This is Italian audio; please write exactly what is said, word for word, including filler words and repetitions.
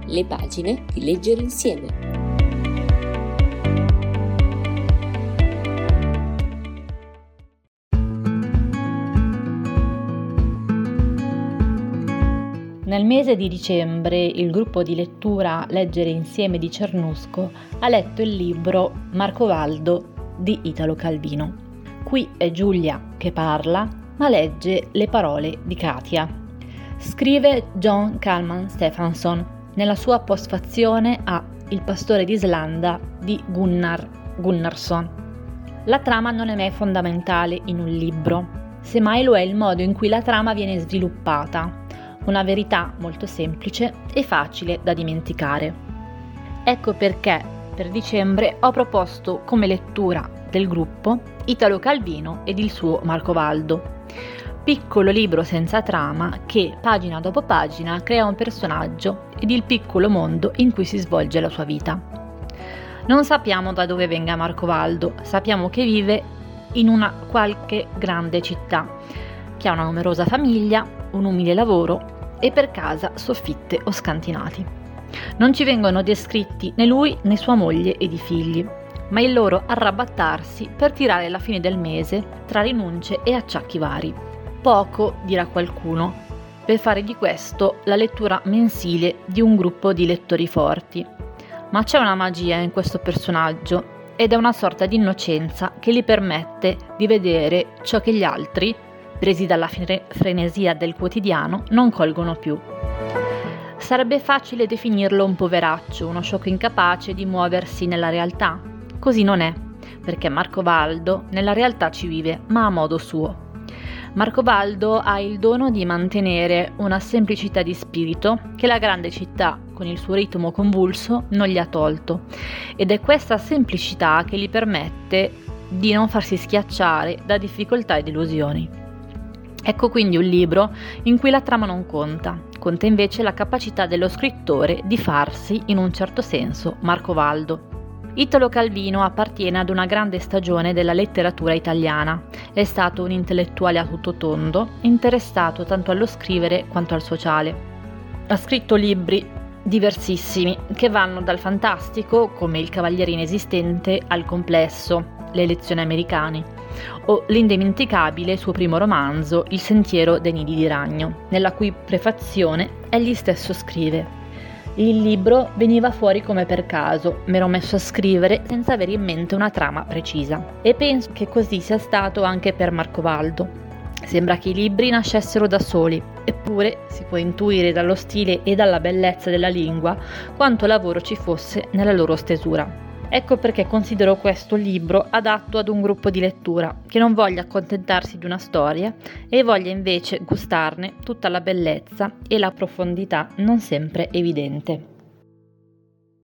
le pagine di leggere insieme. Nel mese di dicembre il gruppo di lettura Leggere Insieme di Cernusco ha letto il libro Marcovaldo di Italo Calvino. Qui è Giulia che parla, ma legge le parole di Katia. Scrive John Kalman Stephenson nella sua postfazione a Il pastore d'Islanda di Gunnar Gunnarsson. La trama non è mai fondamentale in un libro, semmai lo è il modo in cui la trama viene sviluppata. Una verità molto semplice e facile da dimenticare. Ecco perché per dicembre ho proposto come lettura del gruppo Italo Calvino ed il suo Marcovaldo, piccolo libro senza trama che pagina dopo pagina crea un personaggio ed il piccolo mondo in cui si svolge la sua vita. Non sappiamo da dove venga Marcovaldo, sappiamo che vive in una qualche grande città, che ha una numerosa famiglia, un umile lavoro e per casa soffitte o scantinati. Non ci vengono descritti né lui né sua moglie ed i figli, ma il loro arrabattarsi per tirare la fine del mese tra rinunce e acciacchi vari. Poco, dirà qualcuno, per fare di questo la lettura mensile di un gruppo di lettori forti. Ma c'è una magia in questo personaggio ed è una sorta di innocenza che gli permette di vedere ciò che gli altri, presi dalla frenesia del quotidiano, non colgono più. Sarebbe facile definirlo un poveraccio, uno sciocco incapace di muoversi nella realtà. Così non è, perché Marcovaldo nella realtà ci vive, ma a modo suo. Marcovaldo ha il dono di mantenere una semplicità di spirito che la grande città, con il suo ritmo convulso, non gli ha tolto. Ed è questa semplicità che gli permette di non farsi schiacciare da difficoltà e delusioni. Ecco quindi un libro in cui la trama non conta, conta invece la capacità dello scrittore di farsi, in un certo senso, Marcovaldo. Italo Calvino appartiene ad una grande stagione della letteratura italiana. È stato un intellettuale a tutto tondo, interessato tanto allo scrivere quanto al sociale. Ha scritto libri diversissimi che vanno dal fantastico, come Il Cavaliere Inesistente, al complesso, Le lezioni americane, o l'indimenticabile suo primo romanzo Il sentiero dei nidi di ragno, nella cui prefazione egli stesso scrive: il libro veniva fuori come per caso, m'ero messo a scrivere senza avere in mente una trama precisa. E penso che così sia stato anche per Marcovaldo. Sembra che i libri nascessero da soli, eppure si può intuire dallo stile e dalla bellezza della lingua quanto lavoro ci fosse nella loro stesura. Ecco perché considero questo libro adatto ad un gruppo di lettura che non voglia accontentarsi di una storia e voglia invece gustarne tutta la bellezza e la profondità non sempre evidente.